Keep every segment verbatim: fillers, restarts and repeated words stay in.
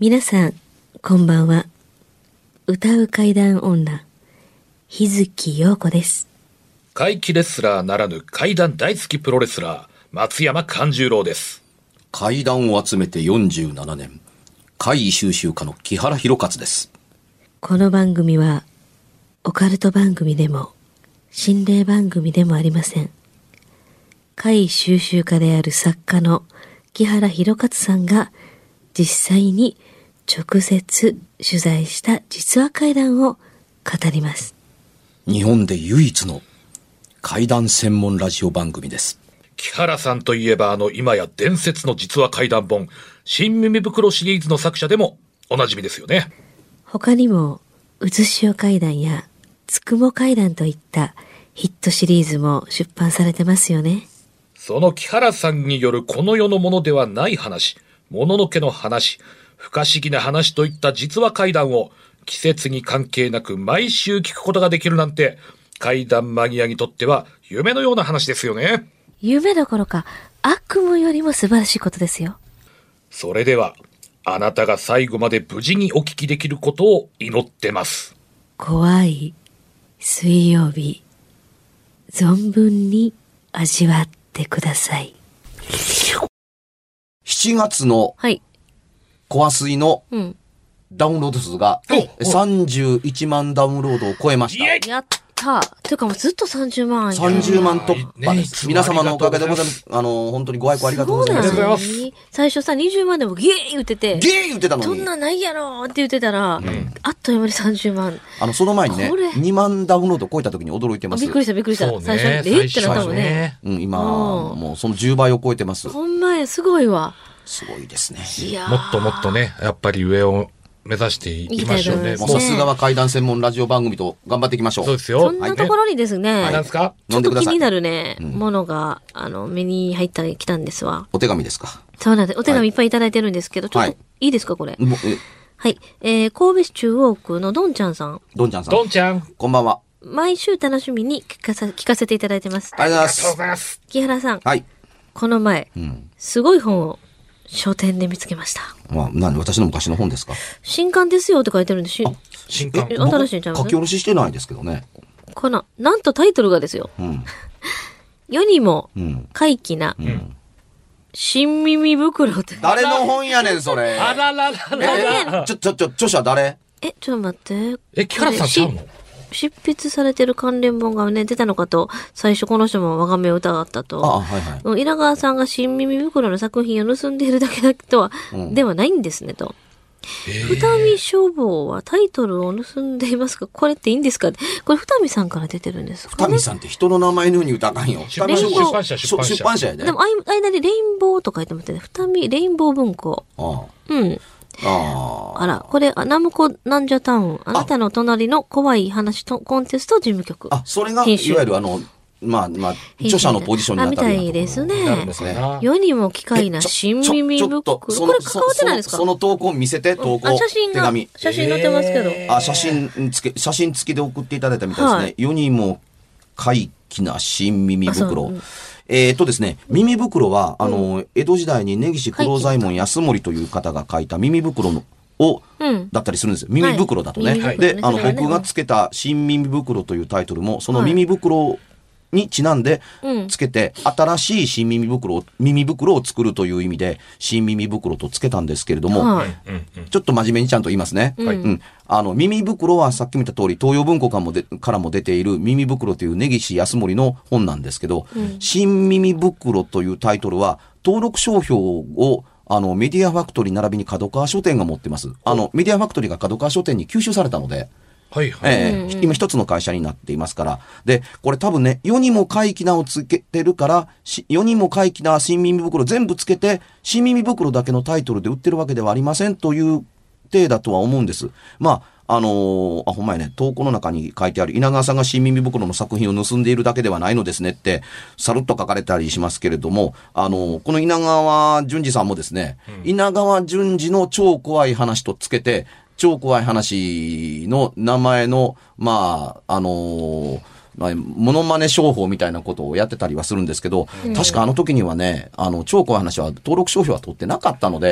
皆さんこんばんは。歌う怪談女日月陽子です。 怪奇レスラーならぬ怪談大好きプロレスラー松山勘十郎です。 怪談を集めてよんじゅうななねん、怪異収集家の木原博勝です。 この番組はオカルト番組でも心霊番組でもありません。怪異収集家である作家の木原博勝さんが実際に直接取材した実話怪談を語ります。 日本で唯一の怪談専門ラジオ番組です。 木原さんといえばあの今や伝説の実話怪談本新耳袋シリーズの作者でもおなじみですよね。 他にもうずしお怪談やつくも怪談といったヒットシリーズも出版されてますよね。 その木原さんによるこの世のものではない話、もののけの話、不可思議な話といった実話怪談を季節に関係なく毎週聞くことができるなんて怪談マニアにとっては夢のような話ですよね。 夢どころか悪夢よりも素晴らしいことですよ。 それではあなたが最後まで無事にお聞きできることを祈ってます。 怖い水曜日、存分に味わってください。 しちがつのコア水のダウンロード数がさんじゅういちまんダウンロードを超えました。 やったー。というかもうずっとさんじゅうまん。 さんじゅうまん突破です。皆様のおかげでございます。あの、本当にご愛顧ありがとうございます。 そうなのに最初さ、にじゅうまんでもゲー言ってて。 ゲー言ってたのに。 そんなないやろって言ってたら、うん、あっという間にさんじゅうまん。 あの、その前にね、にまんダウンロード超えた時に驚いてます。 びっくりしたびっくりした。ね、最初に、えー、ってなったもんね。 うん、今、もうそのじゅうばいを超えてます。 ほんまや、すごいわ。 すごいですね。 いやもっともっとね、やっぱり上を目指していきましょうね。 さすがは怪談専門ラジオ番組と頑張っていきましょう。 そうですよ。 そんなところにですね、 はい、何ですか？ ちょっと気になるね、うん、ものが、あの、目に入ったきたんですわ。 お手紙ですか？ そうなんです。お手紙いっぱいいただいてるんですけど、はい、ちょっといいですか、これ。はい。えー、神戸市中央区のどんちゃんさん。 どんちゃんさん。 どんちゃん。 こんばんは。 毎週楽しみに聞かさ、聞かせていただいてます。 ありがとうございます。 木原さん。 はい。 この前、うん、すごい本を書店で見つけました。 まあ、何、私の昔の本ですか？ 新刊ですよって書いてるんです。 新刊。 新しいんちゃいます？ 書き下ろししてないですけどね。 この、なんとタイトルがですよ。うん、世にも怪奇な、うん、新耳袋って。 誰の本やねん、それ。 あららららら。 ちょ、ちょ、ちょ、著者誰？ え、ちょっと待って。 え、木原さんちゃうの？ 執筆されてる関連本がね、出たのかと、最初この人も我が目を疑ったと。 あ、はいはい。 稲川さんが新耳袋の作品を盗んでいるだけだとは、うん、ではないんですね、と。二見書房はタイトルを盗んでいますか？これっていいんですか？これ二見さんから出てるんですかね？ 二見さんって人の名前のように歌あかんよ。 出版社、出版社。 出版社やで。 でも、間にレインボーと書いてますね。二見、レインボー文庫。 ああ。 うん。 ああら、これ、ナムコなんじゃタウン、あなたの隣の怖い話とコンテスト事務局。 あ、それが、いわゆるあの、まあまあ、著者のポジションになったりみたいですね。 なるんですね。 世にも奇怪な新耳袋。これ関わってないですか？ その投稿見せて、投稿。 あ、写真が。手紙。写真載ってますけど。 あ、写真付け、写真付きで送っていただいたみたいですね。はい、世にも怪奇な新耳袋。えー、っとですね、耳袋は、あの、うん、江戸時代に根岸黒左衛門安盛という方が書いた耳袋のを、うん、だったりするんですよ。耳袋だとね。はい、で、あの、ね、僕がつけた新耳袋というタイトルも、その耳袋にちなんでつけて、はい、新しい新耳袋を、耳袋を作るという意味で、新耳袋とつけたんですけれども、はい、ちょっと真面目にちゃんと言いますね。はい、うん。あの、耳袋はさっき見た通り、東洋文庫館もでからも出ている耳袋という根岸安盛の本なんですけど、うん、新耳袋というタイトルは、登録商標を、あの、メディアファクトリー並びに角川書店が持ってます。あの、メディアファクトリーが角川書店に吸収されたので、 はいはい。 えー、今一つの会社になっていますから。で、これ多分ね、世にも怪奇なをつけてるから、世にも怪奇な新耳袋全部つけて、新耳袋だけのタイトルで売ってるわけではありませんという体だとは思うんです。まあ、あのー、あ、ほんまやね、投稿の中に書いてある、稲川さんが新耳袋の作品を盗んでいるだけではないのですねって、さるっと書かれたりしますけれども、あのー、この稲川淳二さんもですね、うん、稲川淳二の超怖い話とつけて、超怖い話の名前の、まあ、あのー、まあ、モノマネ商法みたいなことをやってたりはするんですけど、うん、確かあの時にはね、あの、超怖い話は登録商標は取ってなかったので、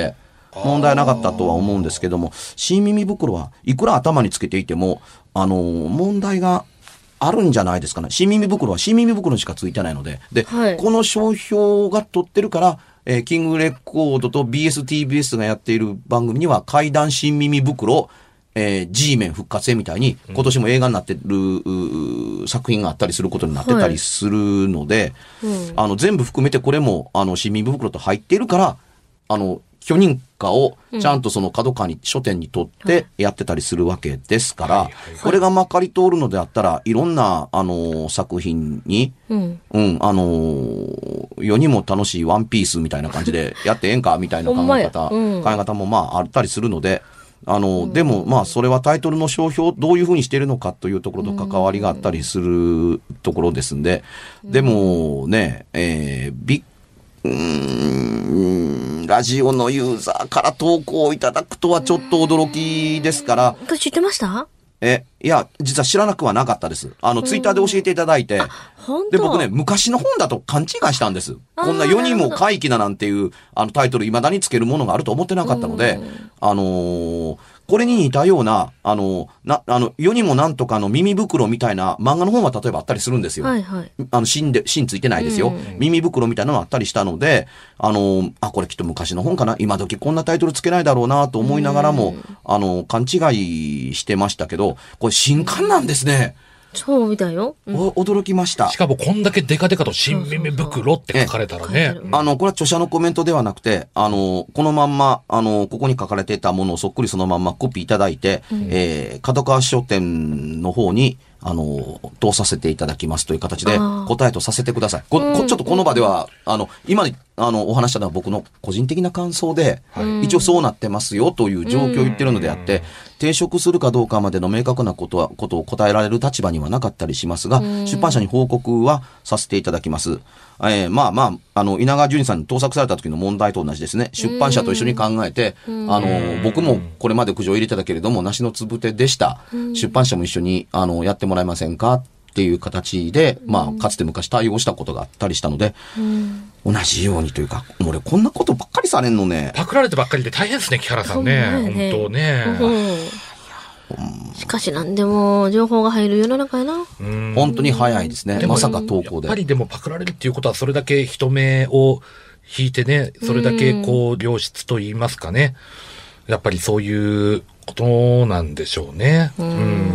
問題なかったとは思うんですけども、新耳袋はいくら頭につけていても、あの、問題があるんじゃないですかね。新耳袋は新耳袋しかついてないので。で、 はい、 この商標が取ってるから、えー、キングレコードと ビーエスティービーエス がやっている番組には、怪談新耳袋、えー、G メン復活へみたいに、今年も映画になってる、うん、作品があったりすることになってたりするので、はいうん、あの、全部含めてこれも、あの、新耳袋と入っているから、あの、許認可をちゃんとその角川に、書店に取ってやってたりするわけですから、これがまかり通るのであったら、いろんな、あの、作品に、うん、うん、あの、世にも楽しいワンピースみたいな感じでやってええんかみたいな考え方、うん、考え方もまああったりするので、あの、うん、でもまあそれはタイトルの商標をどういうふうにしているのかというところと関わりがあったりするところですんで、でもね、えー、ビッうーんラジオのユーザーから投稿をいただくとはちょっと驚きですから。 知ってました？ え、いや、実は知らなくはなかったです。あの、ツイッターで教えていただいて。で、僕ね、昔の本だと勘違いしたんです。こんな世にも怪奇ななんていう、あのタイトル未だにつけるものがあると思ってなかったので、あのー、これに似たような、あの、な、あの、世にもなんとかの耳袋みたいな漫画の本は例えばあったりするんですよ。はいはい。あの、芯で、芯ついてないですよ。耳袋みたいなのがあったりしたので、あの、あ、これきっと昔の本かな。今時こんなタイトルつけないだろうなと思いながらも、あの、勘違いしてましたけど、これ新刊なんですね。 そうみたいよ、 うん、驚きました。 しかもこんだけデカデカと新耳袋って書かれたらね。 あの、これは著者のコメントではなくて、あの、このまんま、あの、ここに書かれていたものをそっくりそのまんまコピーいただいて、うん、えー、角川書店の方に、あの、通させていただきますという形で答えとさせてください。ここちょっとこの場では、あの、今、あの、お話したのは僕の個人的な感想で、はい、一応そうなってますよという状況を言ってるのであって、抵触するかどうかまでの明確なことは、ことを答えられる立場にはなかったりしますが、出版社に報告はさせていただきます。えー、まあまあ、あの、稲川淳二さんに盗作された時の問題と同じですね。出版社と一緒に考えて、あの、僕もこれまで苦情を入れてたけれども、梨のつぶてでした。出版社も一緒に、あの、やってもらえませんかっていう形で、まあ、かつて昔対応したことがあったりしたので、同じようにというか、俺こんなことばっかりされんのね。 パクられてばっかりで大変ですね、木原さんね。本当ね。 しかし何でも情報が入る世の中やな。 本当に早いですね。まさか投稿で。 やっぱりでもパクられるっていうことはそれだけ人目を引いてね、それだけこう良質と言いますかね。やっぱりそういうことなんでしょうね。うん、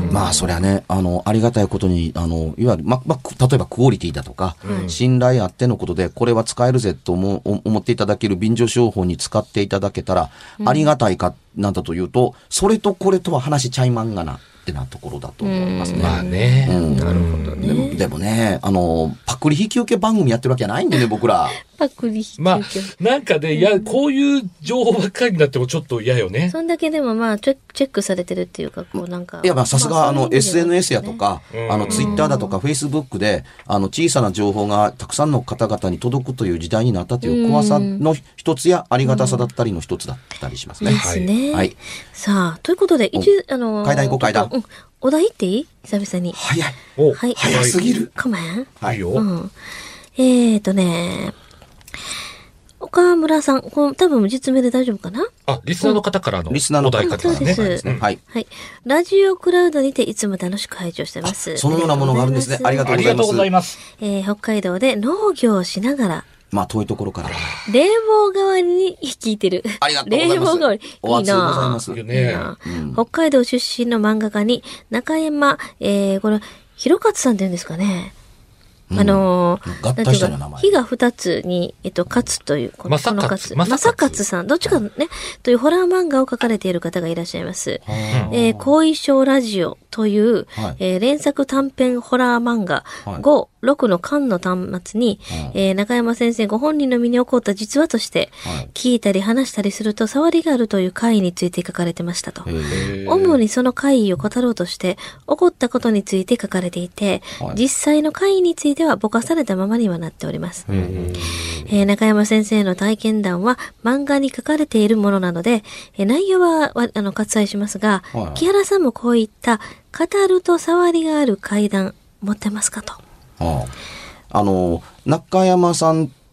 まあそりゃね、あのありがたいことにあのいわゆるまま例えばクオリティだとか、うん、信頼あってのことでこれは使えるぜと思思っていただける便乗商法に使っていただけたら、うん、ありがたいかなんだというと、それとこれとは話しちゃいまんがなってなところだと思いますね。 まあね、うん、 なるほどね。 でも、でもね、あのパクリ引き受け番組やってるわけじゃないんでね、僕ら。 パクリ引き受け。 まあなんかね、いやこういう情報ばっかりになってもちょっと嫌よね。 そんだけでもまあチェックされてるっていうか、こうなんか。 いやまあさすがあの エスエヌエス やとか、あのツイッターだとかフェイスブックであの小さな情報がたくさんの方々に届くという時代になったという怖さの一つやありがたさだったりの一つだったりしますね。 ですね。 はい。 さあということで一応あの階段行こう階段。 うん。お題言っていい？久々に。 早い。 お、 はい。 早すぎる。 ごめん。 はいよ。 うん。えーとね、岡村さん、この多分実名で大丈夫かな？ あ、リスナーの方からのリスナーの方からね。そうです。 はい。 はい。ラジオクラウドにていつも楽しく拝聴してます。 そのようなものがあるんですね。ありがとうございます。 ありがとうございます。 えー、北海道で農業をしながら、 まあ遠いところから。 冷房代わりに聞いてる。 ありがとうございます。 冷房代わり。 お熱うございます。 いいな、 うん、北海道出身の漫画家に中山、えー、これ、広勝さんって言うんですかね。あのー、 合体したような名前。 火が二つに、えっと、勝という、この正勝。 正勝さん。どっちかね、というホラー漫画を描かれている方がいらっしゃいます。えー、後遺症ラジオという、はい、えー、連作短編ホラー漫画、はい、ご、ろくの巻の端末に、はい、えー、中山先生ご本人の身に起こった実話として、はい、聞いたり話したりすると触りがあるという怪異について書かれてましたと。主にその怪異を語ろうとして、起こったことについて書かれていて、はい、実際の怪異についてはぼかされたままにはなっております。えー、中山先生の体験談は漫画に書かれているものなので、えー、内容はあの割愛しますが、はい、木原さんもこういった語ると触りがある怪談持ってますかと。 ああ、あの中山さん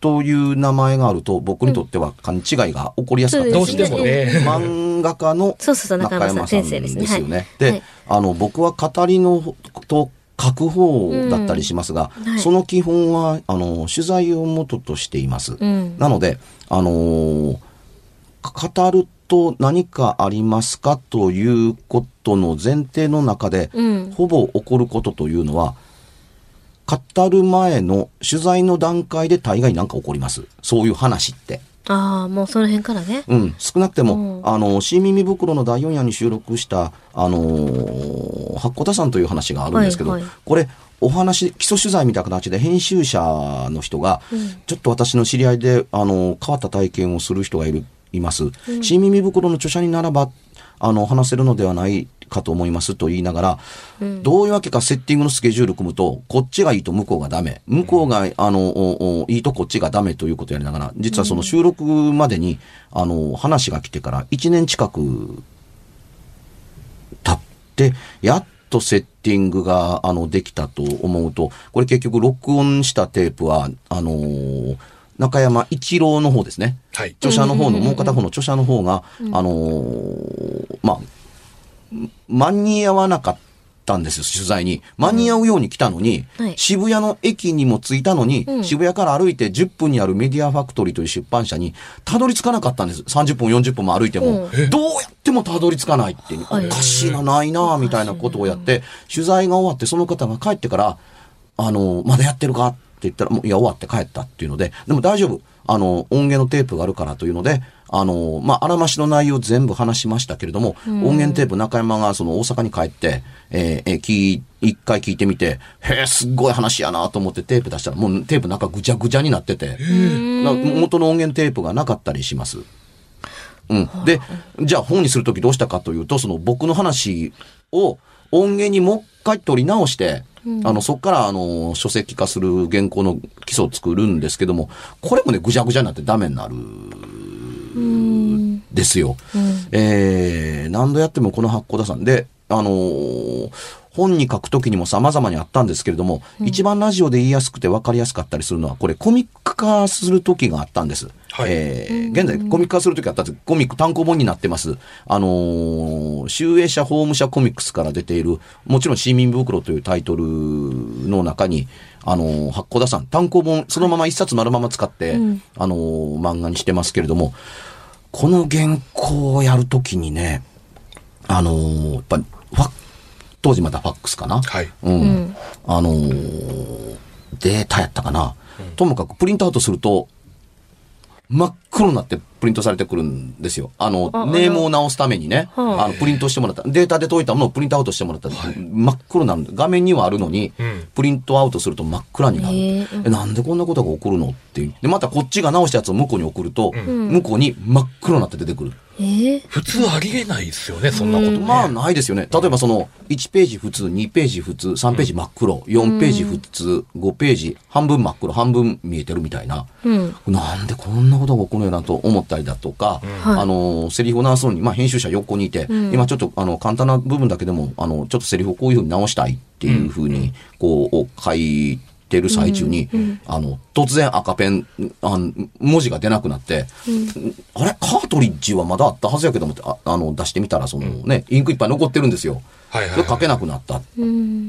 という名前があると僕にとっては勘違いが起こりやすかったどうしてもね。 漫画家の中山さんですよね。で、あの僕は語りのと書く方だったりしますが、うんはい、その基本はあの取材を元としています。うん、なので、あのー、語ると何かありますかということの前提の中で、うん、ほぼ起こることというのは語る前の取材の段階で大概なんか起こります。そういう話って。 ああ、もうその辺からね。 うん。少なくても、うん、あの、新耳袋のだいよんやに収録した、あのー、八甲田山という話があるんですけど、はいはい、これ、お話、基礎取材みたいな形で編集者の人が、うん、ちょっと私の知り合いで、あの、変わった体験をする人がいる、います。うん、新耳袋の著者にならば、あの、話せるのではないかと思いますと言いながら、うん、どういうわけかセッティングのスケジュール組むと、こっちがいいと向こうがダメ。向こうが、あの、いいとこっちがダメということをやりながら、実はその収録までに、あの、話が来てからいちねん近く経って、やっとセッティングが、あの、できたと思うと、これ結局録音したテープは、あのー、中山一郎の方ですね。はい。著者の方の、もう片方の著者の方が、うん、あのー、まあ、間に合わなかったんですよ、取材に。間に合うように来たのに、うんはい、渋谷の駅にも着いたのに、うん、渋谷から歩いてじゅっぷんにあるメディアファクトリーという出版社にたどり着かなかったんです。さんじゅっぷん、よんじゅっぷんも歩いても。うん、どうやってもたどり着かないって、おかしいな、ないな、みたいなことをやって、取材が終わってその方が帰ってから、あの、まだやってるかって言ったら、もういや、終わって帰ったっていうので、でも大丈夫。あの、音源のテープがあるからというので、あの、まあ、あらましの内容全部話しましたけれども、うん、音源テープ中山がその大阪に帰って、えー、えー、聞一回聞いてみて、へえ、すっごい話やなと思ってテープ出したら、もうテープなんかぐちゃぐちゃになってて、元の音源テープがなかったりします。うん。で、じゃあ本にするときどうしたかというと、その僕の話を音源にもう一回取り直して、うん、あの、そっから、あの、書籍化する原稿の基礎を作るんですけども、これもね、ぐちゃぐちゃになってダメになる。ですよ。うん、えー、何度やってもこの八甲田さんで、あのー、本に書くときにも様々にあったんですけれども、うん、一番ラジオで言いやすくて分かりやすかったりするのは、これコミック化するときがあったんです。はい、えー、現在コミック化するときあったんです。コミック単行本になってます。あのー、集英社法務社コミックスから出ている、もちろん新耳袋というタイトルの中に、あのー、八甲田さん単行本そのまま一冊丸まま使って、うん、あのー、漫画にしてますけれども、この原稿をやるときにね、あのー、やっぱりファ当時まだファックスかな、はい、うん、うん、あのー、データやったかな、うん、ともかくプリントアウトすると真っ黒になってプリントされてくるんですよ。あの、あネームを直すためにね、あの、プリントしてもらった。データで解いたものをプリントアウトしてもらったら、はい、真っ黒になる。画面にはあるのに、うん、プリントアウトすると真っ暗になる。えー、なんでこんなことが起こるのっていう。で、またこっちが直したやつを向こうに送ると、うん、向こうに真っ黒になって出てくる。 えー、 普通ありえないですよね、そんなことね。 まあ、ないですよね。例えばその、いちページ普通、にページ普通、さんページ真っ黒、よんページ普通、ごページ、半分真っ黒、半分見えてるみたいな。うん、なんでこんなことが起こるのよなと思ったりだとか、うん、あの、セリフを直すのに、まあ、編集者横にいて、うん、今ちょっと、あの、簡単な部分だけでも、あの、ちょっとセリフをこういうふうに直したいっていうふうに、こう、書いてる最中に、うんうん、あの、突然赤ペン、あの文字が出なくなって、うん、あれカートリッジはまだあったはずやけどもって、ああの、出してみたら、そのね、インクいっぱい残ってるんですよ。はいはいはい、それ書けなくなった。うん、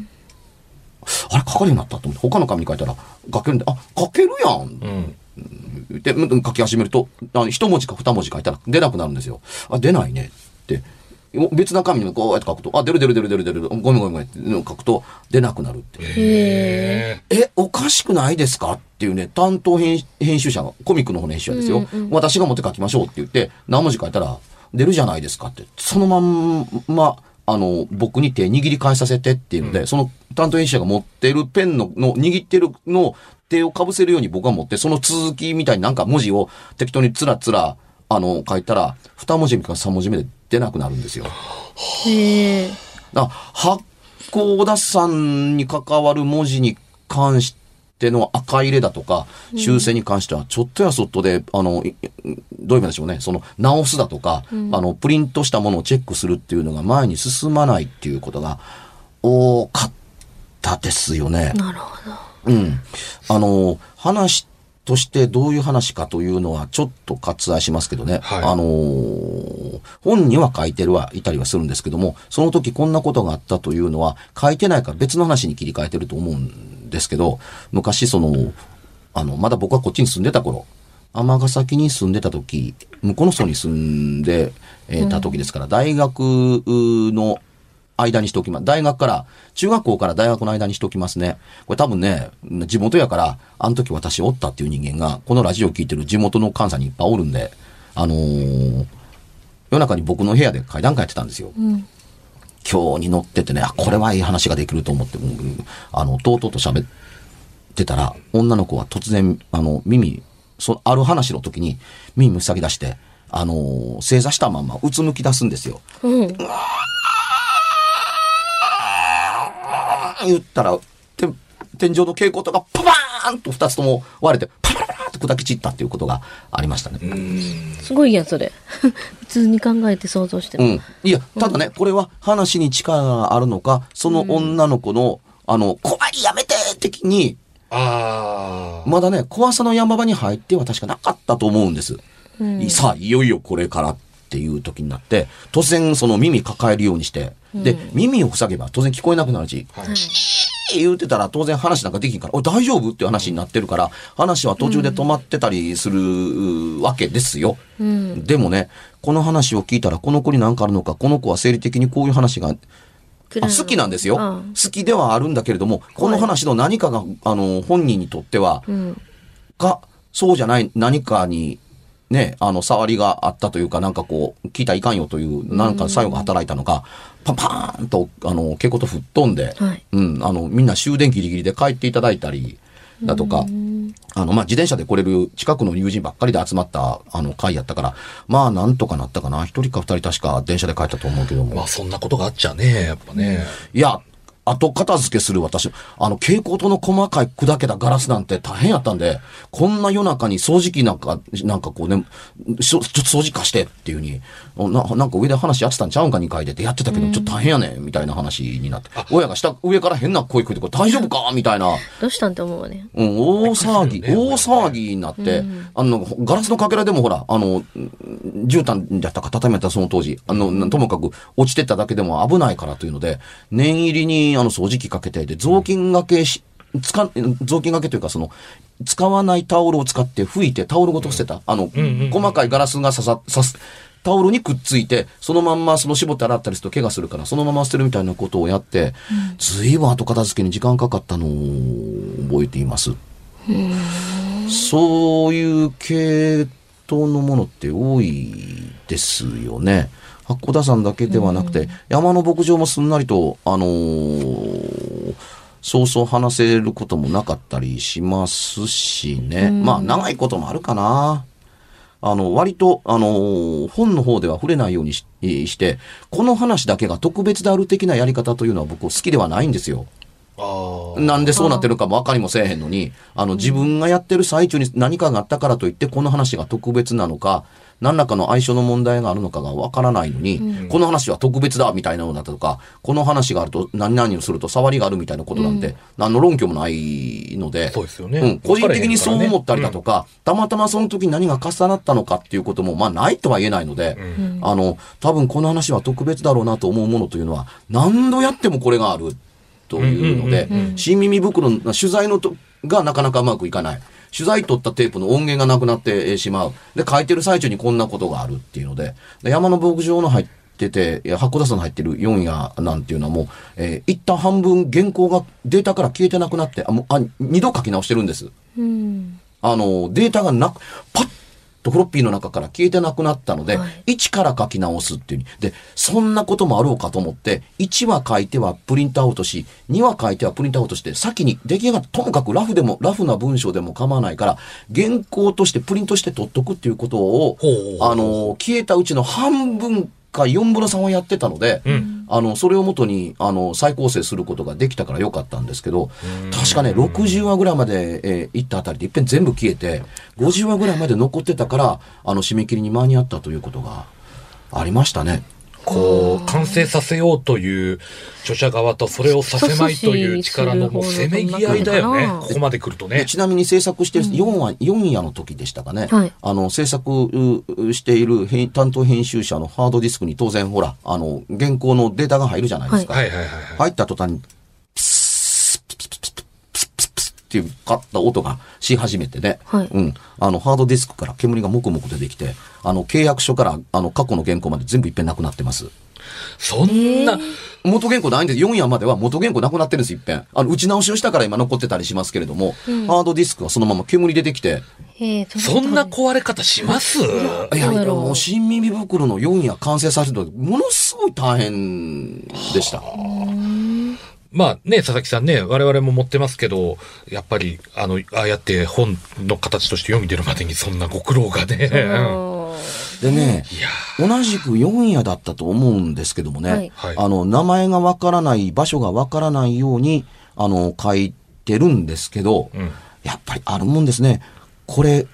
あれ書かれるようになったと思って、他の紙に書いたら、書けるんで、あ、書けるやん。うんで、書き始めると、あの一文字か二文字書いたら出なくなるんですよ。あ、出ないねって。別な紙にもこうやって書くと、あ、出る出る出る出る出る、ごめんごめんごめんって書くと出なくなるって。へー。え、おかしくないですかっていうね、担当編編集者が、コミックの方の編集者ですよ。うんうん、私が持って書きましょうって言って、何文字書いたら出るじゃないですかって。そのまんま、あの、僕に手握り返させてっていうので、うん、その担当編集者が持ってるペンの、の握ってるのを手をかぶせるように僕は持って、その続きみたいになんか文字を適当につらつら、あの、書いたら、二文字目か三文字目で出なくなるんですよ。へー。だ八甲田さんに関わる文字に関しての赤入れだとか、修正に関しては、ちょっとやそっとで、あの、どういう意味でしょうね、その、直すだとか、うん、あの、プリントしたものをチェックするっていうのが前に進まないっていうことが多かったですよね。 なるほど。 うん。あの、話としてどういう話かというのはちょっと割愛しますけどね。はい、あのー、本には書いてるはいたりはするんですけども、その時こんなことがあったというのは書いてないから別の話に切り替えてると思うんですけど、昔その、あの、まだ僕はこっちに住んでた頃、尼崎に住んでた時、向こうの層に住んで、えー、た時ですから、うん、大学の間にしておきます。大学から、中学校から大学の間にしておきますね。これ多分ね、地元やから、あの時私おったっていう人間が、このラジオを聞いてる地元の関西にいっぱいおるんで、あのー、夜中に僕の部屋で階段階やってたんですよ。うん、今日に乗っててね、あ、これはいい話ができると思って、うん、あの、とうとうと喋ってたら、女の子は突然、あの、耳、そある話の時に、耳塞ぎ出して、あのー、正座したままうつむき出すんですよ。うん、言ったら、て天井の蛍光灯がパパーンと二つとも割れて、パパパーンと砕き散ったっていうことがありましたね。うん、すごいやん、それ。普通に考えて想像しても。 うん。いや、ただね、うん、これは話に力があるのか、その女の子の、うん、あの、怖いやめて的に、あまだね、怖さの山場に入っては確かなかったと思うんです。うん、さあ、いよいよこれからっていう時になって、突然その耳抱えるようにして、で、うん、耳を塞げば当然聞こえなくなるし、はい、言うてたら当然話なんかできんから、おい大丈夫っていう話になってるから、話は途中で止まってたりするわけですよ。うん、でもね、この話を聞いたらこの子に何かあるのか、この子は生理的にこういう話が、あ好きなんですよ、うん。好きではあるんだけれども、この話の何かが、あの、本人にとっては、うん、か、そうじゃない何かに、ね、あの、触りがあったというか、なんかこう、聞いたらいかんよという、なんか作用が働いたのか、パンパーンと、あの、蛍光灯吹っ飛んで、はい、うん、あの、みんな終電ギリギリで帰っていただいたり、だとか、あの、まあ、自転車で来れる近くの友人ばっかりで集まった、あの、会やったから、まあ、なんとかなったかな。一人か二人確か電車で帰ったと思うけども。 まあ、そんなことがあっちゃね、やっぱね。 いや、後片付けする私、あの、蛍光灯の細かい砕けたガラスなんて大変やったんで、こんな夜中に掃除機なんか、なんかこうね、ちょっと掃除貸してっていう風に、な、なんか上で話やってたんちゃうんかにかいでってやってたけど、ちょっと大変やねみたいな話になって、親が下、上から変な声聞いてこれ大丈夫かみたいな。 どうしたんって思うわね。 うん、大騒ぎ、大騒ぎになって、うん、あの、ガラスのかけらでもほら、あの、絨毯だったか畳やったその当時、あの、ともかく落ちてっただけでも危ないからというので、念入りにあの掃除機かけて、で、雑巾がけし、使、雑巾がけというかその、使わないタオルを使って拭いてタオルごと捨てた。あの、うんうんうん、細かいガラスが刺さ、刺す、タオルにくっついて、そのまんまその絞って洗ったりすると怪我するから、そのまま捨てるみたいなことをやって、うん、ずいぶん後片付けに時間かかったのを覚えています。そういう系統のものって多いですよね。八甲田山だけではなくて、うん、山の牧場もすんなりと、あのー、そうそう話せることもなかったりしますしね。うん、まあ、長いこともあるかな。あの、割と、あのー、本の方では触れないように し, して、この話だけが特別である的なやり方というのは僕好きではないんですよ。あなんでそうなってるかも分かりもせえへんのに、あの、自分がやってる最中に何かがあったからといって、この話が特別なのか、何らかの相性の問題があるのかが分からないのに、うん、この話は特別だみたいなのだったとか、この話があると何々をすると触りがあるみたいなことなんて、うん、何の論拠もないので、 そうですよね。 うん、個人的にそう思ったりだとか、うん、たまたまその時に何が重なったのかっていうことも、まあないとは言えないので、うん、あの、多分この話は特別だろうなと思うものというのは、何度やってもこれがあるというので、新耳袋の取材のとがなかなかうまくいかない。取材取ったテープの音源がなくなってしまう。で、書いてる最中にこんなことがあるっていうので、で山の牧場の入ってて、八甲田山の入ってるよんやなんていうのはもう、えー、一旦半分原稿がデータから消えてなくなって、あ、もう、あ、二度書き直してるんです。うん、あの、データがなく、パッとフロッピーの中から消えてなくなったので、はい、いちから書き直すっていう。で、そんなこともあろうかと思って、いちは書いてはプリントアウトし、には書いてはプリントアウトして、先に出来上がった、ともかくラフでも、ラフな文章でも構わないから、原稿としてプリントして取っとくっていうことを、あの、消えたうちの半分かよんぶのさんはやってたので、うん、あの、それをもとに、あの、再構成することができたからよかったんですけど、確かね、ろくじゅうわぐらいまで、えー、行ったあたりでいっぺん全部消えて、ごじゅうわぐらいまで残ってたから、あの、締め切りに間に合ったということがありましたね。 こう、 完成させようという著者側とそれをさせまいという力のもうせめぎ合いだよね。ここまで来るとね。 ちなみに制作してるよんわ、よんやの時でしたかね。 はい、 あの、制作している担当編集者のハードディスクに当然ほら、あの、原稿のデータが入るじゃないですか。 はいはいはいはい。 入った途端に、プスッ、プスッ、プスッ、プスッ、プスッ、プスッっていうかった音がし始めてね。 はい、 うん。あの、ハードディスクから煙がもくもく出てきて、あの、契約書からあの、過去の原稿まで全部いっぺんなくなってます。 そんな、 元原稿ないんです。よんやまでは元原稿なくなってるんです、いっぺん。あの、打ち直しをしたから今残ってたりしますけれども、うん、ハードディスクはそのまま煙出てきて。 そんな壊れ方します？いや、いや、もう新耳袋のよんや完成させると、ものすごい大変でした。 まあね、佐々木さんね、我々も持ってますけど、やっぱり、あの、ああやって本の形として読み出るまでにそんなご苦労がね。 でね、同じくよんやだったと思うんですけどもね、はい、あの、名前がわからない、場所がわからないように、あの、書いてるんですけど、うん、やっぱりあるもんですね。これ、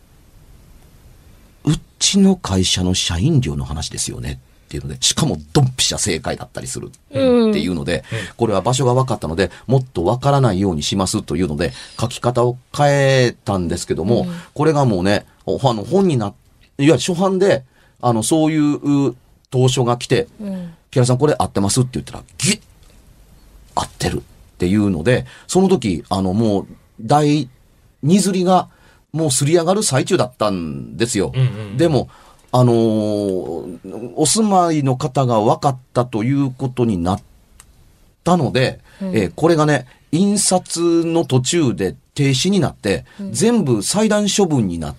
うちの会社の社員寮の話ですよね。っていうので、しかもドンピシャ正解だったりするっていうので、うん、これは場所が分かったので、もっと分からないようにしますというので、書き方を変えたんですけども、うん、これがもうね、あの本にな、いわゆる初版で、あの、そういう投書が来て、うん、木原さんこれ合ってますって言ったら、ギュッ合ってるっていうので、その時、あのもう、第二刷りがもうすり上がる最中だったんですよ。うんうん、でも、あのー、お住まいの方が分かったということになったので、うん、えー、これがね、印刷の途中で停止になって、うん、全部裁断処分になって、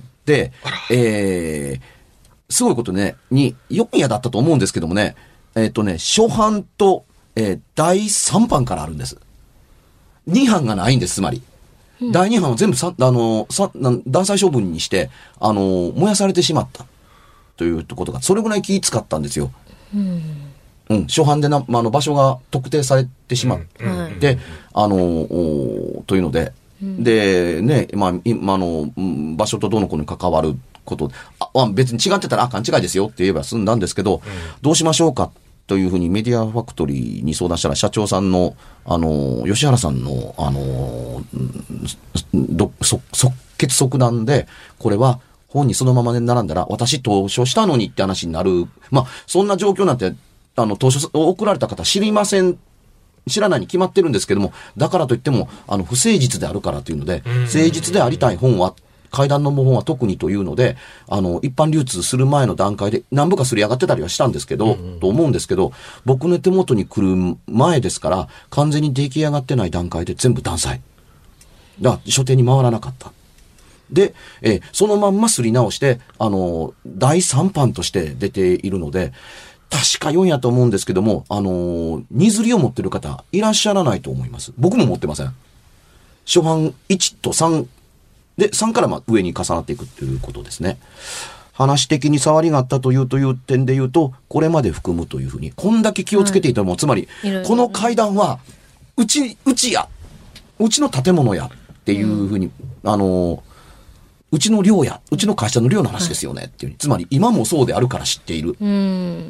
えー、すごいことね、に、よんやだったと思うんですけどもね、えっとね、初版と、えー、だいさんばんからあるんです。にばんがないんです、つまり。うん、だいにばんは全部さ、あのー、さ、断裁処分にして、あのー、燃やされてしまった。ということが、それぐらい気使ったんですよ。うん。うん。初版でな、まあ、あの、場所が特定されてしまって、うんうん、で、あの、というので、うん、で、ね、まあ、今の、場所とどの子に関わること、あ、別に違ってたら、あ、勘違いですよって言えば済んだんですけど、うん、どうしましょうかというふうにメディアファクトリーに相談したら、社長さんの、あの、吉原さんの、あの、どそ即決即断で、これは、本にそのままで並んだら、私投書したのにって話になる。まあ、そんな状況なんて、あの、投書を送られた方知りません、知らないに決まってるんですけども、だからといっても、あの、不誠実であるからというので、誠実でありたい本は、怪談の本は特にというので、あの、一般流通する前の段階で何部かすり上がってたりはしたんですけど、と思うんですけど、僕の手元に来る前ですから、完全に出来上がってない段階で全部断裁。だから、書店に回らなかった。で、えー、そのまんますり直して、あのー、だいさんばんとして出ているので、確かよんやと思うんですけども、あのー、に刷りを持ってる方いらっしゃらないと思います。僕も持ってません。初版いちとさんで、さんからま上に重なっていくということですね。話的に触りがあったというという点で言うと、これまで含むというふうに、こんだけ気をつけていたらも、はい、つまり、この階段は、うち、うちや、うちの建物やっていうふうに、うん、あのー、うちの寮や、うちの会社の寮の話ですよねっていう、はい、つまり今もそうであるから知っている。うん、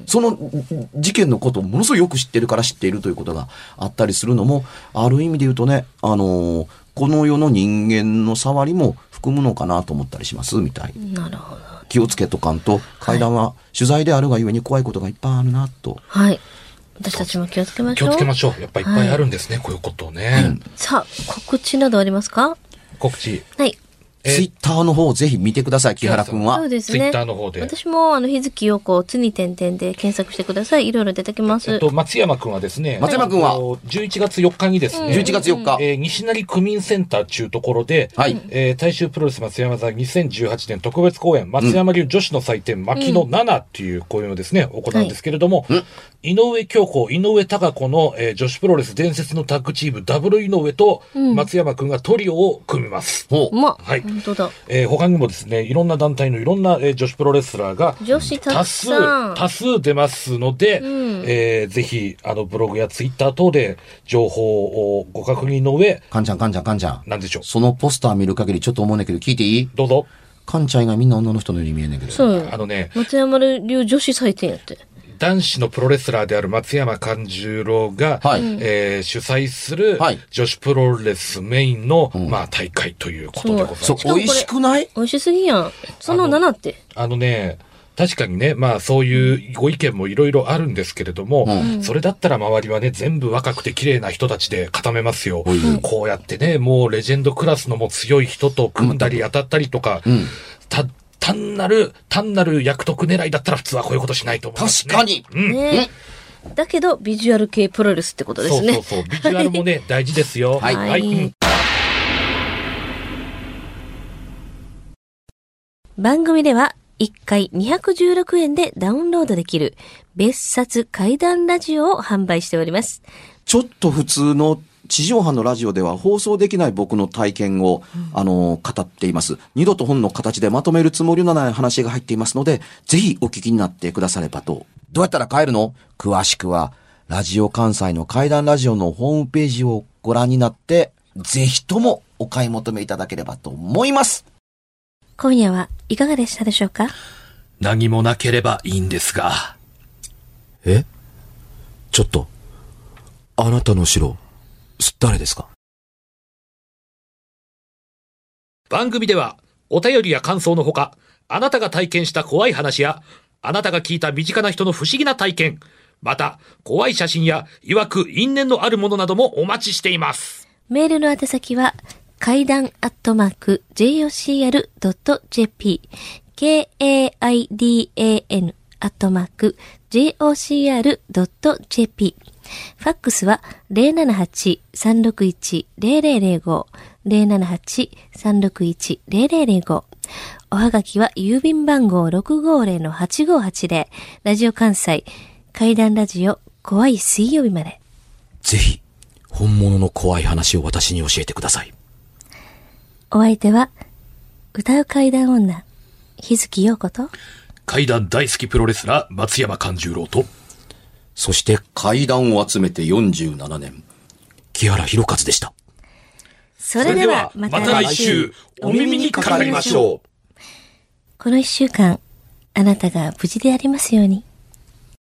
その事件のことをものすごいよく知っているから知っているということがあったりするのも、ある意味で言うとね、あのー、この世の人間の触りも含むのかなと思ったりしますみたい。 なるほど。 気をつけとかんと、怪談は取材であるがゆえに怖いことがいっぱいあるなと。 はい。私たちも気をつけましょう。 気をつけましょう。やっぱりいっぱいあるんですね、はい、こういうことをね、うん。 さあ、告知などありますか？ 告知。 はい。 ツイッターの方をぜひ見てください、木原くんは。 そうですね。 ツイッターの方で。 私も、あの、日月陽子、つに点々で検索してください。いろいろ出てきます。 えっと、松山くんはですね。 松山くんは、 じゅういちがつよっかにですね。 じゅういちがつよっか。 えー、西成区民センター中ところで、はい。えー、大衆プロレス松山座にせんじゅうはちねん特別公演、松山流女子の祭典、牧野ななっていう公演をですね、行うんですけれども、うん、井上京子、井上貴子の、えー、女子プロレス伝説のタッグチーム、ダブル井上と、松山くんがトリオを組みます。 うん、ま、 はい。 本当だ。 えー他にもですね、いろんな団体のいろんな、えー、女子プロレスラーが女子た多くさん数、多数出ますので、うん、えー、ぜひ、あの、ブログやツイッター等で情報をご確認の上。 かんちゃん、かんちゃん、かんちゃん。 なんでしょう。 そのポスター見る限りちょっと思うねんけど、聞いていい？ どうぞ。 かんちゃんがみんな女の人のように見えんねんけど。 そう。 あのね。 松山流女子祭典やって。 男子のプロレスラーである松山勘十郎が、 はいえー主催するはい女子プロレスメインの、 んまあ、大会ということでございます。 そう、美味しくない？ 美味しすぎやん。そのななって。 あのね、確かにね、まあそういうご意見もいろいろあるんですけれども、 うんそれだったら周りはね、全部若くて綺麗な人たちで固めますよ。 うんこうやってね、もうレジェンドクラスのもう強い人と組んだり当たったりとか、 うんた単なる、単なる役得狙いだったら普通はこういうことしないと思いますね。 確かに。 うん。 ねだけど、ビジュアル系プロレスってことですね。 そうそうそう。ビジュアルもね、大事ですよ。 はいはい。うん番組ではいっかいにひゃくじゅうろくえんでダウンロードできる別冊怪談ラジオを販売しております。 ちょっと普通の地上波のラジオでは放送できない僕の体験を、あの、語っています。二度と本の形でまとめるつもりのない話が入っていますので、ぜひお聞きになってくださればと。どうやったら買えるの？詳しくは、ラジオ関西の怪談ラジオのホームページをご覧になって、ぜひともお買い求めいただければと思います。 今夜はいかがでしたでしょうか？ 何もなければいいんですが。 え？ちょっと、あなたの城、誰ですか？ 番組ではお便りや感想のほか、あなたが体験した怖い話や、あなたが聞いた身近な人の不思議な体験、また怖い写真や曰く因縁のあるものなどもお待ちしています。 メールの宛先は、怪談アットマーク ジェイオーシーアールドットジェーピー、ケーエーアイディーエーエヌ アットマーク ジェイオーシーアールドットジェーピー。ファックスは ゼロななはち さんろくいち ゼロゼロゼロご ゼロななはち さんろくいち ゼロゼロゼロご。おはがきは郵便番号 ろくごーぜろのはちごーはちぜろ ラジオ関西怪談ラジオ怖い水曜日まで。 ぜひ、本物の怖い話を私に教えてください。 お相手は歌う怪談女日月陽子と怪談大好きプロレスラー松山勘十郎と、 そして怪談を集めてよんじゅうななねん、木原博一でした。 それではまた来週お耳にかかりましょう。 この一週間あなたが無事でありますように。